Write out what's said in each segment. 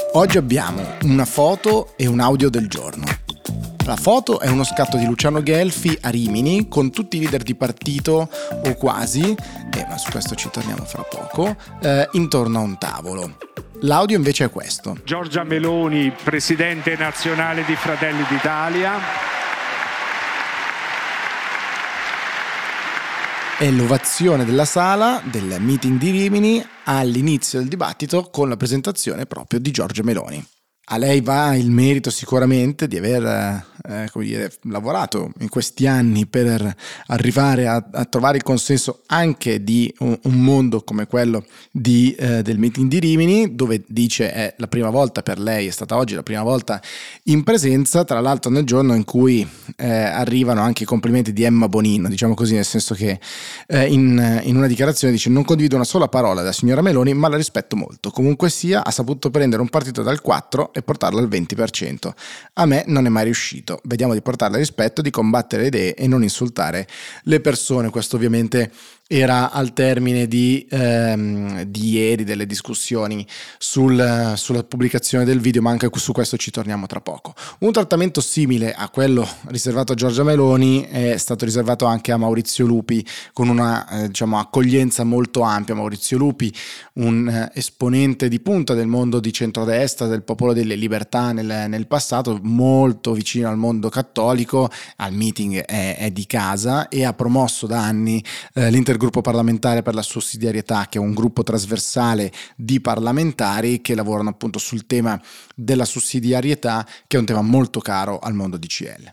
Oggi abbiamo una foto e un audio del giorno. La foto è uno scatto di Luciano Guelfi a Rimini con tutti i leader di partito o quasi, ma su questo ci torniamo fra poco, intorno a un tavolo. L'audio invece è questo. Giorgia Meloni, presidente nazionale di Fratelli d'Italia. È l'ovazione della sala del meeting di Rimini all'inizio del dibattito con la presentazione proprio di Giorgia Meloni. A lei va il merito sicuramente di aver lavorato in questi anni per arrivare a trovare il consenso anche di un mondo come quello del meeting di Rimini, dove dice è la prima volta per lei, è stata oggi la prima volta in presenza, tra l'altro nel giorno in cui arrivano anche i complimenti di Emma Bonino, diciamo così, nel senso che in una dichiarazione dice: non condivido una sola parola della signora Meloni, ma la rispetto molto. Comunque sia, ha saputo prendere un partito dal 4 e portarlo al 20%. A me non è mai riuscito. Vediamo di portarle rispetto, di combattere le idee e non insultare le persone. Questo ovviamente era al termine di ieri, delle discussioni sulla pubblicazione del video, ma anche su questo ci torniamo tra poco. Un trattamento simile a quello riservato a Giorgia Meloni è stato riservato anche a Maurizio Lupi, con una accoglienza molto ampia. Maurizio Lupi, un esponente di punta del mondo di centrodestra, del Popolo delle Libertà nel passato, molto vicino al mondo cattolico, al meeting è di casa e ha promosso da anni l'intergruppo parlamentare per la sussidiarietà, che è un gruppo trasversale di parlamentari che lavorano appunto sul tema della sussidiarietà, che è un tema molto caro al mondo DCL.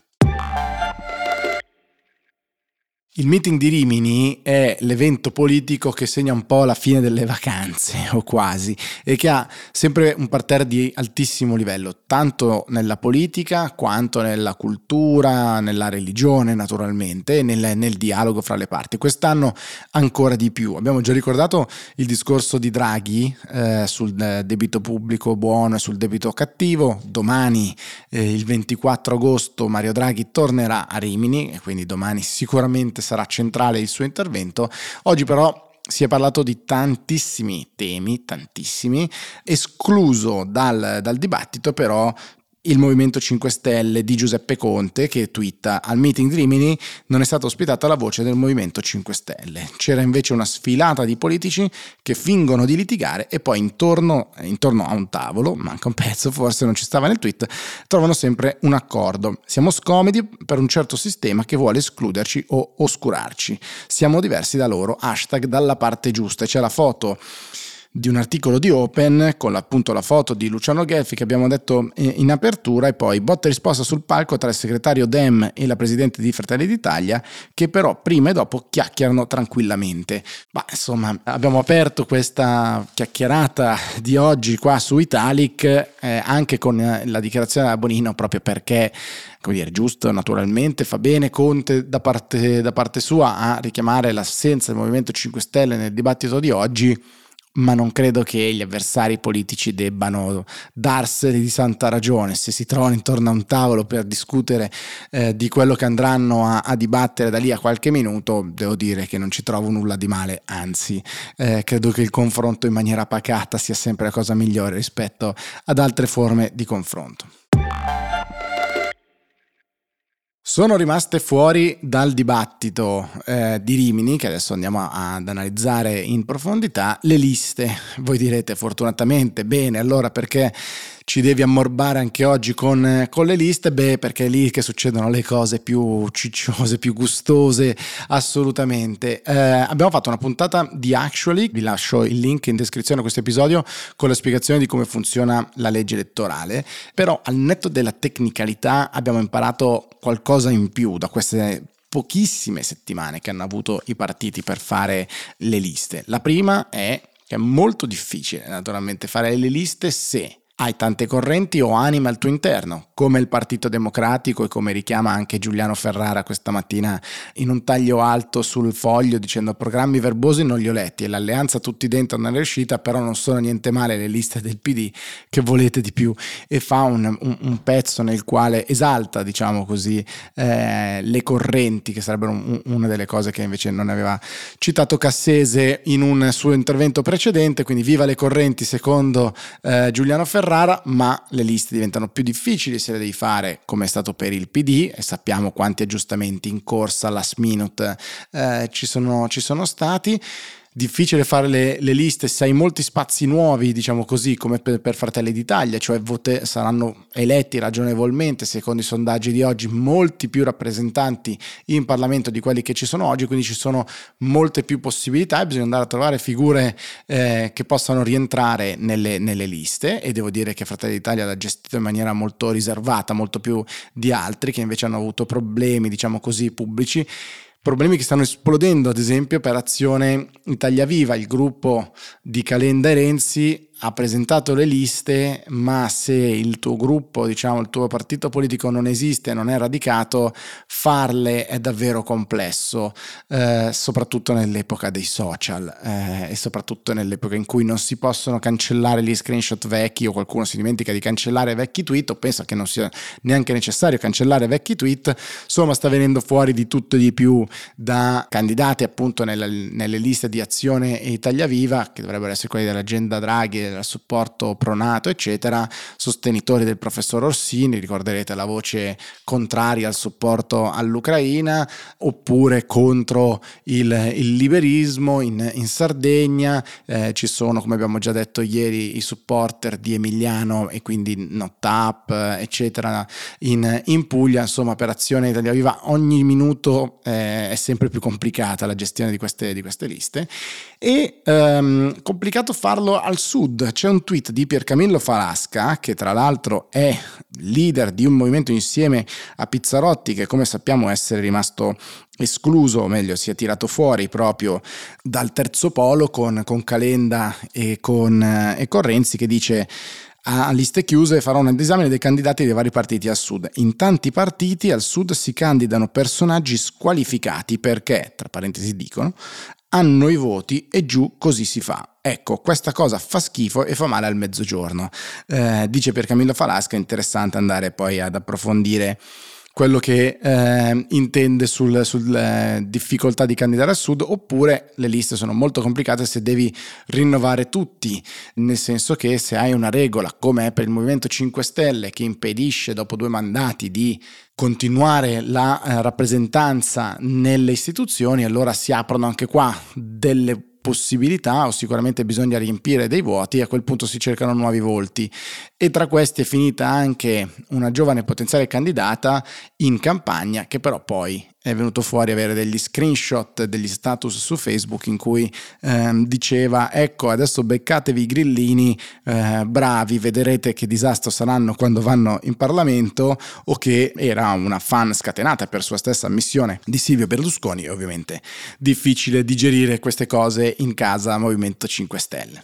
Il meeting di Rimini è l'evento politico che segna un po' la fine delle vacanze, o quasi, e che ha sempre un parterre di altissimo livello, tanto nella politica quanto nella cultura, nella religione naturalmente, e nel dialogo fra le parti. Quest'anno ancora di più. Abbiamo già ricordato il discorso di Draghi sul debito pubblico buono e sul debito cattivo. Domani, il 24 agosto, Mario Draghi tornerà a Rimini e quindi domani sicuramente sarà centrale il suo intervento. Oggi però si è parlato di tantissimi temi, escluso dal dibattito però il Movimento 5 Stelle di Giuseppe Conte, che twitta: al meeting di Rimini non è stata ospitata la voce del Movimento 5 Stelle. C'era invece una sfilata di politici che fingono di litigare e poi intorno a un tavolo, manca un pezzo, forse non ci stava nel tweet, trovano sempre un accordo. Siamo scomodi per un certo sistema che vuole escluderci o oscurarci. Siamo diversi da loro, hashtag dalla parte giusta. C'è la foto di un articolo di Open con appunto la foto di Luciano Guelfi che abbiamo detto in apertura, e poi botta e risposta sul palco tra il segretario Dem e la presidente di Fratelli d'Italia, che però prima e dopo chiacchierano tranquillamente. Ma insomma, abbiamo aperto questa chiacchierata di oggi qua su Italic anche con la dichiarazione da Bonino, proprio perché, come dire, giusto, naturalmente fa bene Conte da parte sua a richiamare l'assenza del Movimento 5 Stelle nel dibattito di oggi, ma non credo che gli avversari politici debbano darsene di santa ragione. Se si trovano intorno a un tavolo per discutere di quello che andranno a dibattere da lì a qualche minuto, devo dire che non ci trovo nulla di male, anzi credo che il confronto in maniera pacata sia sempre la cosa migliore rispetto ad altre forme di confronto. Sono rimaste fuori dal dibattito di Rimini, che adesso andiamo ad analizzare in profondità, le liste. Voi direte fortunatamente, bene, allora perché ci devi ammorbare anche oggi con le liste? Beh, perché è lì che succedono le cose più cicciose, più gustose, assolutamente. Abbiamo fatto una puntata di Actually, vi lascio il link in descrizione a questo episodio con la spiegazione di come funziona la legge elettorale, però al netto della tecnicalità abbiamo imparato qualcosa in più da queste pochissime settimane che hanno avuto i partiti per fare le liste. La prima è che è molto difficile naturalmente fare le liste se hai tante correnti o anime al tuo interno, come il Partito Democratico e come richiama anche Giuliano Ferrara questa mattina in un taglio alto sul Foglio, dicendo: programmi verbosi non li ho letti e l'alleanza tutti dentro nella riuscita, però non sono niente male le liste del PD, che volete di più, e fa un pezzo nel quale esalta, diciamo così, le correnti, che sarebbero una delle cose che invece non aveva citato Cassese in un suo intervento precedente. Quindi viva le correnti secondo Giuliano Ferrara. rara, ma le liste diventano più difficili se le devi fare, come è stato per il PD, e sappiamo quanti aggiustamenti in corsa last minute ci sono stati. Difficile fare le liste se hai molti spazi nuovi, diciamo così, come per Fratelli d'Italia, cioè saranno eletti ragionevolmente, secondo i sondaggi di oggi, molti più rappresentanti in Parlamento di quelli che ci sono oggi, quindi ci sono molte più possibilità e bisogna andare a trovare figure che possano rientrare nelle liste, e devo dire che Fratelli d'Italia l'ha gestito in maniera molto riservata, molto più di altri che invece hanno avuto problemi, diciamo così, pubblici. Problemi che stanno esplodendo, ad esempio, per Azione Italia Viva. Il gruppo di Calenda e Renzi ha presentato le liste, ma se il tuo gruppo, diciamo il tuo partito politico non esiste, non è radicato, farle è davvero complesso, soprattutto nell'epoca dei social e soprattutto nell'epoca in cui non si possono cancellare gli screenshot vecchi, o qualcuno si dimentica di cancellare vecchi tweet o pensa che non sia neanche necessario cancellare vecchi tweet. Insomma, sta venendo fuori di tutto e di più da candidati appunto nelle liste di Azione e Italia Viva, che dovrebbero essere quelli dell'agenda Draghi, del supporto pro-NATO eccetera, sostenitori del professor Orsini, ricorderete la voce contraria al supporto all'Ucraina, oppure contro il liberismo in Sardegna. Ci sono, come abbiamo già detto ieri, i supporter di Emiliano e quindi NotApp eccetera in Puglia. Insomma, per Azione Italia Viva ogni minuto è sempre più complicata la gestione di queste liste, e complicato farlo al sud. C'è un tweet di Piercamillo Falasca, che tra l'altro è leader di un movimento insieme a Pizzarotti, che come sappiamo essere rimasto escluso, o meglio si è tirato fuori proprio dal terzo polo con Calenda e con Renzi, che dice: a liste chiuse farò un esame dei candidati dei vari partiti al sud. In tanti partiti al sud si candidano personaggi squalificati perché, tra parentesi dicono, hanno i voti e giù così si fa. Ecco, questa cosa fa schifo e fa male al mezzogiorno. Dice Piercamillo Falasca. Interessante andare poi ad approfondire quello che intende sul difficoltà di candidare al sud, oppure le liste sono molto complicate se devi rinnovare tutti, nel senso che se hai una regola come è per il Movimento 5 Stelle che impedisce dopo 2 mandati di continuare la rappresentanza nelle istituzioni, allora si aprono anche qua delle possibilità, o sicuramente bisogna riempire dei vuoti, e a quel punto si cercano nuovi volti, e tra questi è finita anche una giovane potenziale candidata in campagna, che però poi è venuto fuori avere degli screenshot degli status su Facebook in cui diceva: ecco, adesso beccatevi i grillini, bravi, vedrete che disastro saranno quando vanno in Parlamento, o che era una fan scatenata per sua stessa ammissione di Silvio Berlusconi. E ovviamente difficile digerire queste cose in casa Movimento 5 Stelle.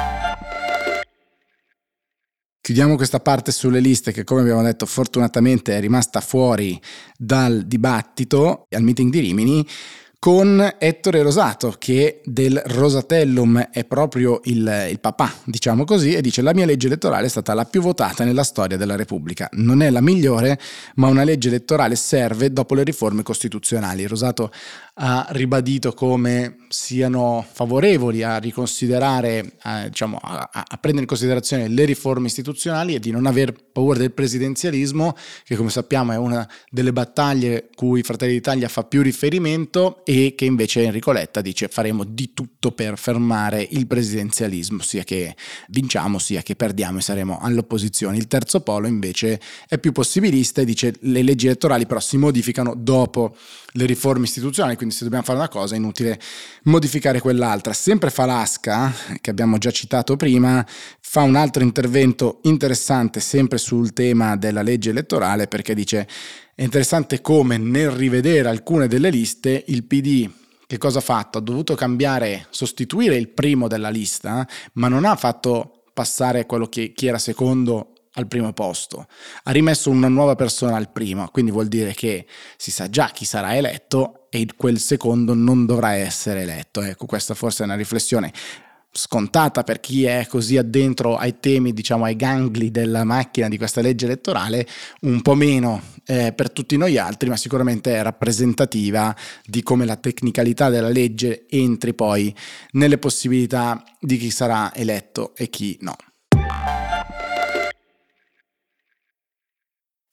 Chiudiamo questa parte sulle liste, che come abbiamo detto fortunatamente è rimasta fuori dal dibattito al meeting di Rimini, con Ettore Rosato, che del Rosatellum è proprio il papà, diciamo così, e dice: la mia legge elettorale è stata la più votata nella storia della Repubblica. Non è la migliore, ma una legge elettorale serve dopo le riforme costituzionali. Rosato ha ribadito come siano favorevoli a riconsiderare, a prendere in considerazione le riforme istituzionali e di non aver paura del presidenzialismo, che come sappiamo è una delle battaglie cui Fratelli d'Italia fa più riferimento, e che invece Enrico Letta dice: faremo di tutto per fermare il presidenzialismo, sia che vinciamo sia che perdiamo e saremo all'opposizione. Il terzo polo invece è più possibilista e dice: le leggi elettorali però si modificano dopo le riforme istituzionali, quindi se dobbiamo fare una cosa è inutile modificare quell'altra. Sempre Falasca, che abbiamo già citato prima, fa un altro intervento interessante sempre sul tema della legge elettorale, perché dice: è interessante come nel rivedere alcune delle liste il PD che cosa ha fatto? Ha dovuto sostituire il primo della lista, ma non ha fatto passare quello chi era secondo al primo posto, ha rimesso una nuova persona al primo, quindi vuol dire che si sa già chi sarà eletto e quel secondo non dovrà essere eletto. Ecco, questa forse è una riflessione scontata per chi è così addentro ai temi, diciamo ai gangli della macchina di questa legge elettorale, un po' meno per tutti noi altri, ma sicuramente è rappresentativa di come la tecnicalità della legge entri poi nelle possibilità di chi sarà eletto e chi no.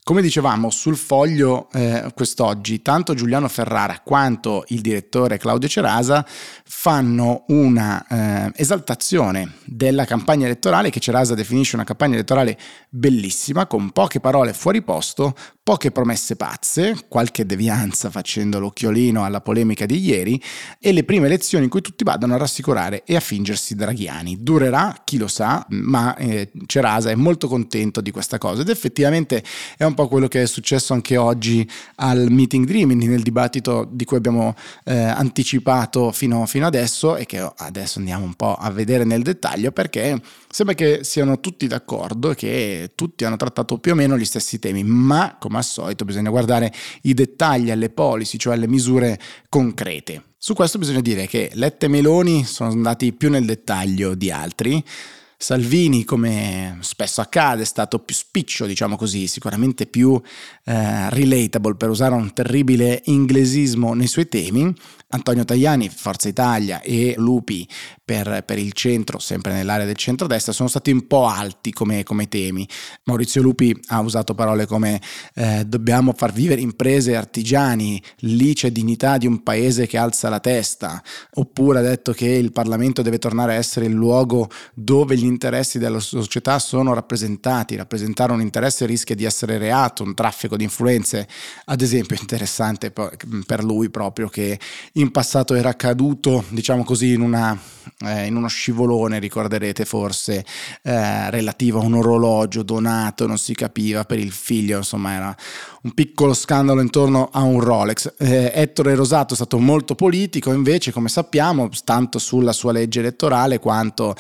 Come dicevamo sul Foglio quest'oggi, tanto Giuliano Ferrara quanto il direttore Claudio Cerasa fanno una esaltazione della campagna elettorale che Cerasa definisce una campagna elettorale bellissima, con poche parole fuori posto, poche promesse pazze, qualche devianza facendo l'occhiolino alla polemica di ieri e le prime elezioni in cui tutti vadano a rassicurare e a fingersi draghiani. Durerà, chi lo sa, ma Cerasa è molto contento di questa cosa ed effettivamente è un po' quello che è successo anche oggi al meeting di Rimini, nel dibattito di cui abbiamo anticipato fino adesso e che adesso andiamo un po' a vedere nel dettaglio, perché sembra che siano tutti d'accordo e che tutti hanno trattato più o meno gli stessi temi, ma come al solito bisogna guardare i dettagli alle policy, cioè alle misure concrete. Su questo bisogna dire che Letta e Meloni sono andati più nel dettaglio di altri. Salvini, come spesso accade, è stato più spiccio, diciamo così, sicuramente più relatable, per usare un terribile inglesismo, nei suoi temi. Antonio Tajani, Forza Italia, e Lupi per il centro, sempre nell'area del centrodestra, sono stati un po' alti come temi. Maurizio Lupi ha usato parole come dobbiamo far vivere imprese e artigiani, lì c'è dignità di un paese che alza la testa, oppure ha detto che il Parlamento deve tornare a essere il luogo dove gli interessi della società sono rappresentati. Rappresentare un interesse rischia di essere reato, un traffico di influenze, ad esempio. Interessante per lui proprio che in passato era caduto, diciamo così, in uno scivolone, ricorderete forse, relativo a un orologio donato, non si capiva, per il figlio, insomma era un piccolo scandalo intorno a un Rolex. Ettore Rosato è stato molto politico invece, come sappiamo, tanto sulla sua legge elettorale quanto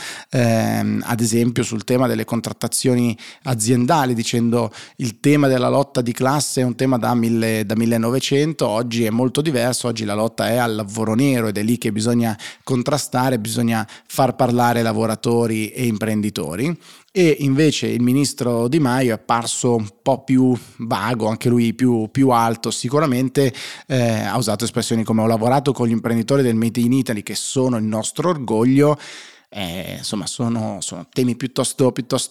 ad esempio sul tema delle contrattazioni aziendali, dicendo il tema della lotta di classe è un tema da 1900, oggi è molto diverso, oggi la lotta è al lavoro nero ed è lì che bisogna contrastare, bisogna far parlare lavoratori e imprenditori. E invece il ministro Di Maio è apparso un po' più vago, anche lui più alto sicuramente, ha usato espressioni come ho lavorato con gli imprenditori del Made in Italy che sono il nostro orgoglio. Insomma sono temi piuttosto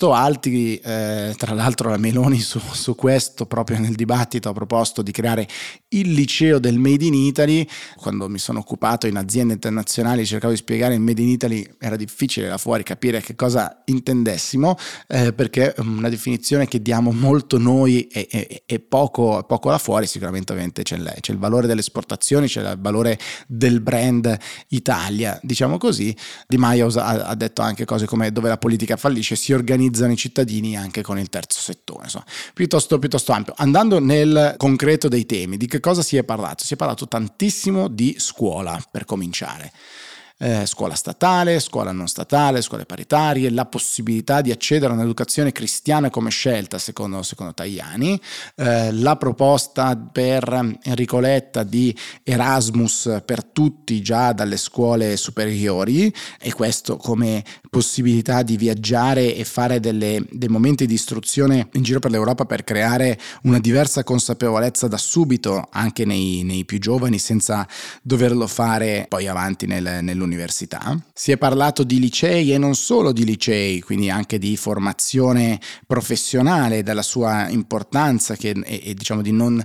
alti. Tra l'altro la Meloni su questo, proprio nel dibattito, ha proposto di creare il liceo del Made in Italy. Quando mi sono occupato in aziende internazionali cercavo di spiegare il Made in Italy, era difficile là fuori capire che cosa intendessimo, perché è una definizione che diamo molto noi e poco là fuori. Sicuramente ovviamente c'è il valore delle esportazioni, c'è il valore del brand Italia, diciamo così. Di Maio ha detto anche cose come dove la politica fallisce si organizzano i cittadini anche con il terzo settore, insomma, piuttosto ampio. Andando nel concreto dei temi, di che cosa si è parlato? Si è parlato tantissimo di scuola, per cominciare. Scuola statale, scuola non statale, scuole paritarie, la possibilità di accedere a un'educazione cristiana come scelta secondo Tajani, la proposta per Enrico Letta di Erasmus per tutti già dalle scuole superiori, e questo come possibilità di viaggiare e fare dei momenti di istruzione in giro per l'Europa per creare una diversa consapevolezza da subito anche nei più giovani, senza doverlo fare poi avanti nell'università. Si è parlato di licei e non solo di licei, quindi anche di formazione professionale, della sua importanza e diciamo di non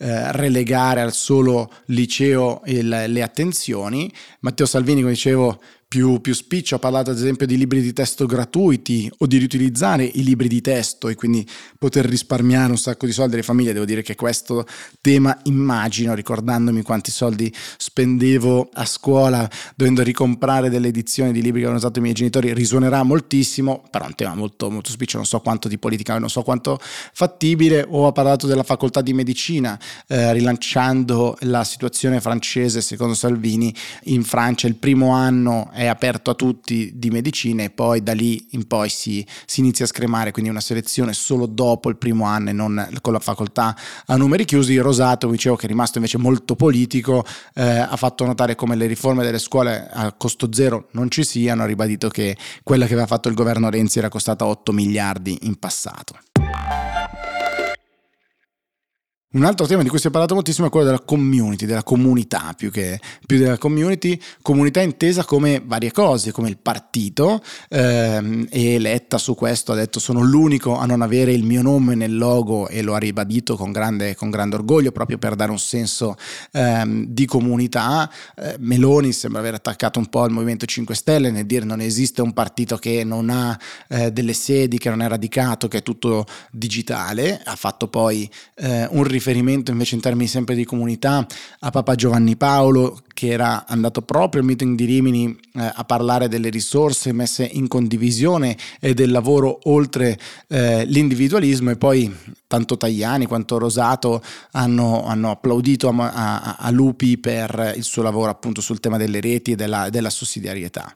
relegare al solo liceo le attenzioni. Matteo Salvini, come dicevo, più spiccio, ha parlato ad esempio di libri di testo gratuiti o di riutilizzare i libri di testo e quindi poter risparmiare un sacco di soldi alle famiglie. Devo dire che questo tema, immagino, ricordandomi quanti soldi spendevo a scuola dovendo ricomprare delle edizioni di libri che avevano usato i miei genitori, risuonerà moltissimo, però è un tema molto, molto spiccio, non so quanto di politica, non so quanto fattibile. O ha parlato della facoltà di medicina, rilanciando la situazione francese. Secondo Salvini in Francia il primo anno è aperto a tutti di medicina e poi da lì in poi si inizia a scremare, quindi una selezione solo dopo il primo anno e non con la facoltà a numeri chiusi. Rosato, dicevo, che è rimasto invece molto politico, ha fatto notare come le riforme delle scuole a costo zero non ci siano, ha ribadito che quella che aveva fatto il governo Renzi era costata 8 miliardi in passato. Un altro tema di cui si è parlato moltissimo è quello della community, della comunità, più della community, comunità intesa come varie cose, come il partito, e Letta su questo ha detto: sono l'unico a non avere il mio nome nel logo, e lo ha ribadito con grande orgoglio, proprio per dare un senso di comunità. Meloni sembra aver attaccato un po' il Movimento 5 Stelle nel dire: non esiste un partito che non ha delle sedi, che non è radicato, che è tutto digitale. Ha fatto poi un riferimento invece in termini sempre di comunità a Papa Giovanni Paolo, che era andato proprio al meeting di Rimini a parlare delle risorse messe in condivisione e del lavoro oltre l'individualismo, e poi tanto Tajani quanto Rosato hanno applaudito a Lupi per il suo lavoro appunto sul tema delle reti e della sussidiarietà.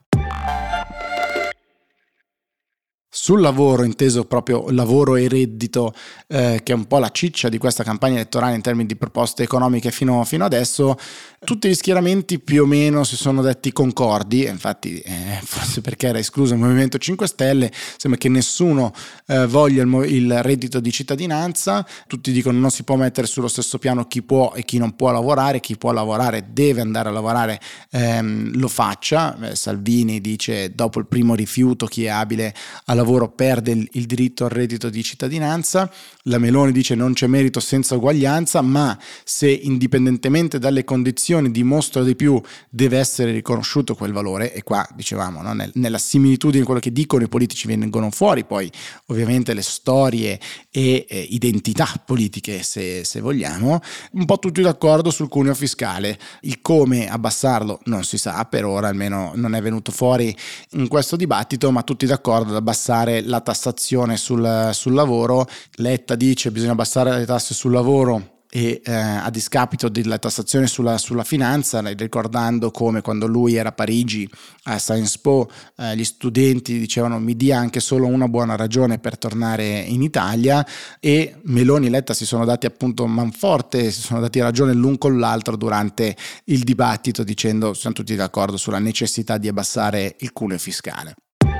Sul lavoro, inteso proprio lavoro e reddito, che è un po' la ciccia di questa campagna elettorale in termini di proposte economiche fino adesso, tutti gli schieramenti più o meno si sono detti concordi. Infatti forse perché era escluso il Movimento 5 Stelle, sembra che nessuno voglia il reddito di cittadinanza. Tutti dicono: non si può mettere sullo stesso piano chi può e chi non può lavorare, chi può lavorare deve andare a lavorare, lo faccia. Salvini dice: dopo il primo rifiuto chi è abile a lavoro perde il diritto al reddito di cittadinanza. La Meloni dice: non c'è merito senza uguaglianza, ma se indipendentemente dalle condizioni dimostra di più deve essere riconosciuto quel valore. E qua dicevamo, no? Nella similitudine quello che dicono i politici vengono fuori poi ovviamente le storie e identità politiche, se vogliamo. Un po' tutti d'accordo sul cuneo fiscale. Il come abbassarlo non si sa, per ora almeno non è venuto fuori in questo dibattito, ma tutti d'accordo ad abbassare la tassazione sul lavoro. Letta dice: bisogna abbassare le tasse sul lavoro e a discapito della tassazione sulla finanza, ricordando come quando lui era a Parigi a Sciences Po gli studenti dicevano: mi dia anche solo una buona ragione per tornare in Italia. E Meloni e Letta si sono dati appunto manforte, si sono dati ragione l'un con l'altro durante il dibattito, dicendo: siamo tutti d'accordo sulla necessità di abbassare il cuneo fiscale.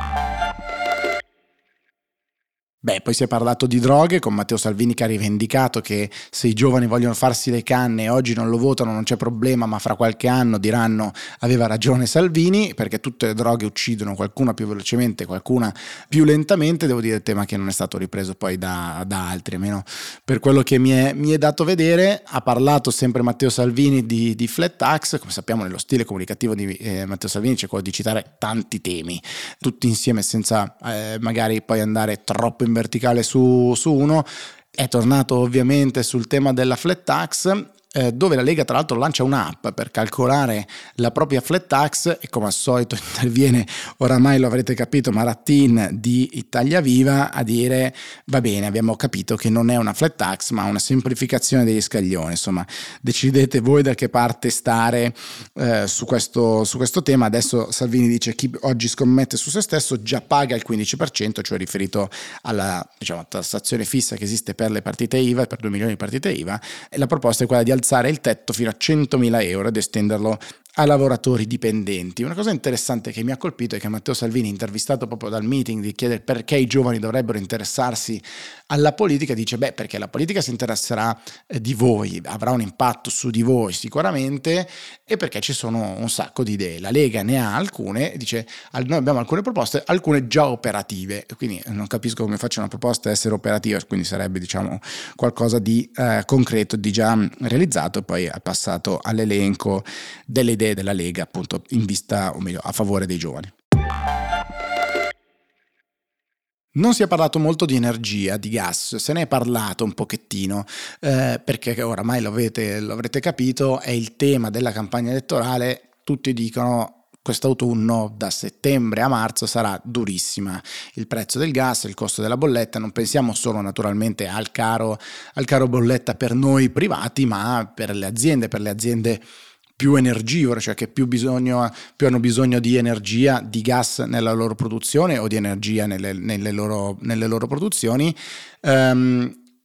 Poi si è parlato di droghe, con Matteo Salvini che ha rivendicato che se i giovani vogliono farsi le canne e oggi non lo votano non c'è problema, ma fra qualche anno diranno: aveva ragione Salvini, perché tutte le droghe uccidono, qualcuna più velocemente, qualcuna più lentamente. Devo dire, il tema che non è stato ripreso poi da altri, almeno per quello che mi è dato vedere. Ha parlato sempre Matteo Salvini di flat tax. Come sappiamo, nello stile comunicativo di Matteo Salvini c'è quello di citare tanti temi tutti insieme senza magari poi andare troppo in verticale su uno. È tornato ovviamente sul tema della flat tax, dove la Lega tra l'altro lancia un'app per calcolare la propria flat tax, e come al solito interviene, oramai lo avrete capito, Marattin di Italia Viva a dire: va bene, abbiamo capito che non è una flat tax ma una semplificazione degli scaglioni. Insomma, decidete voi da che parte stare su questo tema. Adesso Salvini dice: chi oggi scommette su se stesso già paga il 15%, cioè riferito alla tassazione fissa che esiste per le partite IVA, per 2 milioni di partite IVA, e la proposta è quella di alzare il tetto fino a 100.000 euro ed estenderlo a lavoratori dipendenti. Una cosa interessante che mi ha colpito è che Matteo Salvini, intervistato proprio dal meeting di chiedere perché i giovani dovrebbero interessarsi alla politica, dice: perché la politica si interesserà di voi, avrà un impatto su di voi sicuramente, e perché ci sono un sacco di idee. La Lega ne ha alcune, dice: noi abbiamo alcune proposte, alcune già operative, quindi non capisco come faccia una proposta ad essere operativa, quindi sarebbe qualcosa di concreto, di già realizzato, e poi è passato all'elenco delle idee della Lega appunto in vista, o meglio, a favore dei giovani. Non si è parlato molto di energia, di gas, se ne è parlato un pochettino, perché oramai lo avrete capito, è il tema della campagna elettorale. Tutti dicono: quest'autunno da settembre a marzo sarà durissima, il prezzo del gas, il costo della bolletta. Non pensiamo solo naturalmente al caro bolletta per noi privati, ma per le aziende più energivore, cioè che più hanno bisogno di energia, di gas nella loro produzione o di energia nelle loro produzioni.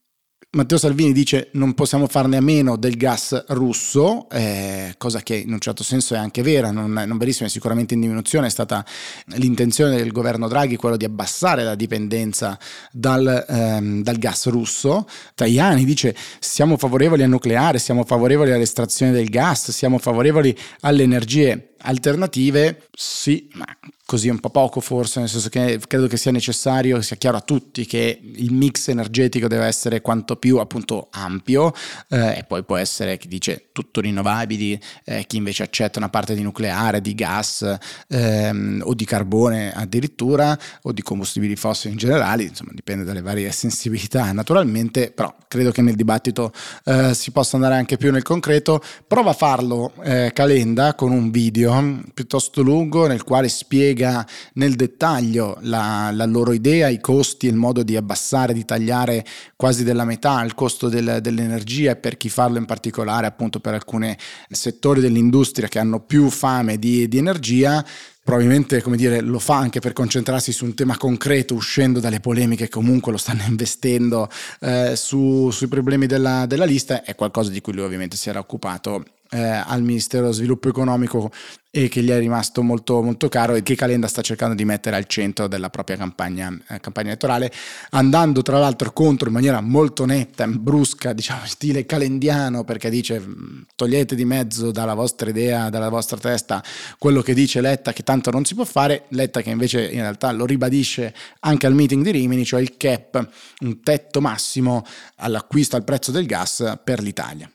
Matteo Salvini dice non possiamo farne a meno del gas russo, cosa che in un certo senso è anche vera, non verissima, è sicuramente in diminuzione. È stata l'intenzione del governo Draghi quello di abbassare la dipendenza dal gas russo. Tajani dice siamo favorevoli al nucleare, siamo favorevoli all'estrazione del gas, siamo favorevoli alle energie alternative. Sì, ma così un po' poco forse, nel senso che credo che sia necessario, sia chiaro a tutti che il mix energetico deve essere quanto più appunto ampio, e poi può essere chi dice tutto rinnovabili, chi invece accetta una parte di nucleare, di gas o di carbone addirittura, o di combustibili fossili in generale, insomma dipende dalle varie sensibilità naturalmente, però credo che nel dibattito si possa andare anche più nel concreto. Prova a farlo Calenda con un video piuttosto lungo nel quale spiega nel dettaglio la loro idea, i costi, il modo di abbassare, di tagliare quasi della metà il costo dell'energia, e per chi farlo in particolare appunto per alcuni settori dell'industria che hanno più fame di energia. Probabilmente, come dire, lo fa anche per concentrarsi su un tema concreto, uscendo dalle polemiche che comunque lo stanno investendo sui problemi della lista. È qualcosa di cui lui ovviamente si era occupato al Ministero dello Sviluppo Economico e che gli è rimasto molto, molto caro, e che Calenda sta cercando di mettere al centro della propria campagna elettorale, andando tra l'altro contro in maniera molto netta, brusca, diciamo stile calendiano, perché dice togliete di mezzo dalla vostra idea, dalla vostra testa quello che dice Letta, che tanto non si può fare. Letta che invece in realtà lo ribadisce anche al meeting di Rimini, cioè il cap, un tetto massimo all'acquisto al prezzo del gas per l'Italia.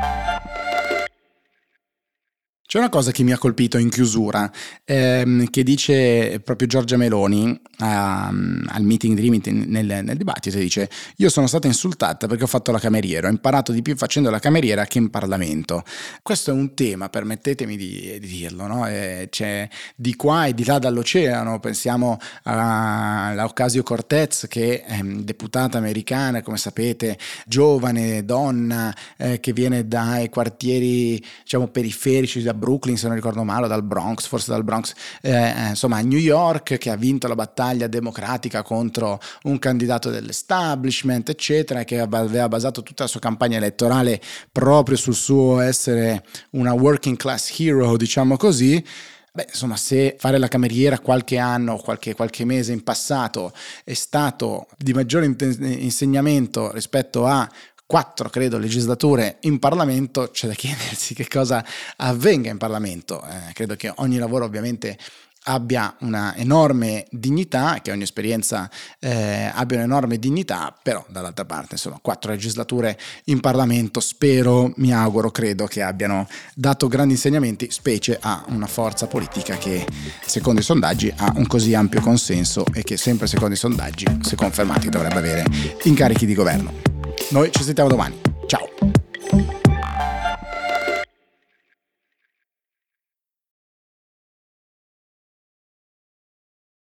C'è una cosa che mi ha colpito in chiusura, che dice proprio Giorgia Meloni al meeting di Rimini nel dibattito. Dice: io sono stata insultata perché ho fatto la cameriera, ho imparato di più facendo la cameriera che in Parlamento. Questo è un tema, permettetemi di dirlo, no? C'è di qua e di là dall'oceano. Pensiamo a Ocasio-Cortez, che è deputata americana, come sapete, giovane, donna, che viene dai quartieri diciamo periferici, da Brooklyn se non ricordo male, dal Bronx, forse dal Bronx, insomma a New York, che ha vinto la battaglia democratica contro un candidato dell'establishment eccetera, e che aveva basato tutta la sua campagna elettorale proprio sul suo essere una working class hero, diciamo così. Beh, insomma, se fare la cameriera qualche anno, qualche mese in passato è stato di maggiore insegnamento rispetto a 4, credo, legislature in Parlamento, c'è da chiedersi che cosa avvenga in Parlamento. Credo che ogni lavoro ovviamente abbia una enorme dignità, che ogni esperienza abbia un'enorme dignità, però dall'altra parte insomma 4 legislature in Parlamento spero, mi auguro, credo che abbiano dato grandi insegnamenti, specie a una forza politica che secondo i sondaggi ha un così ampio consenso e che sempre secondo i sondaggi, se confermati, dovrebbe avere incarichi di governo. Noi ci sentiamo domani.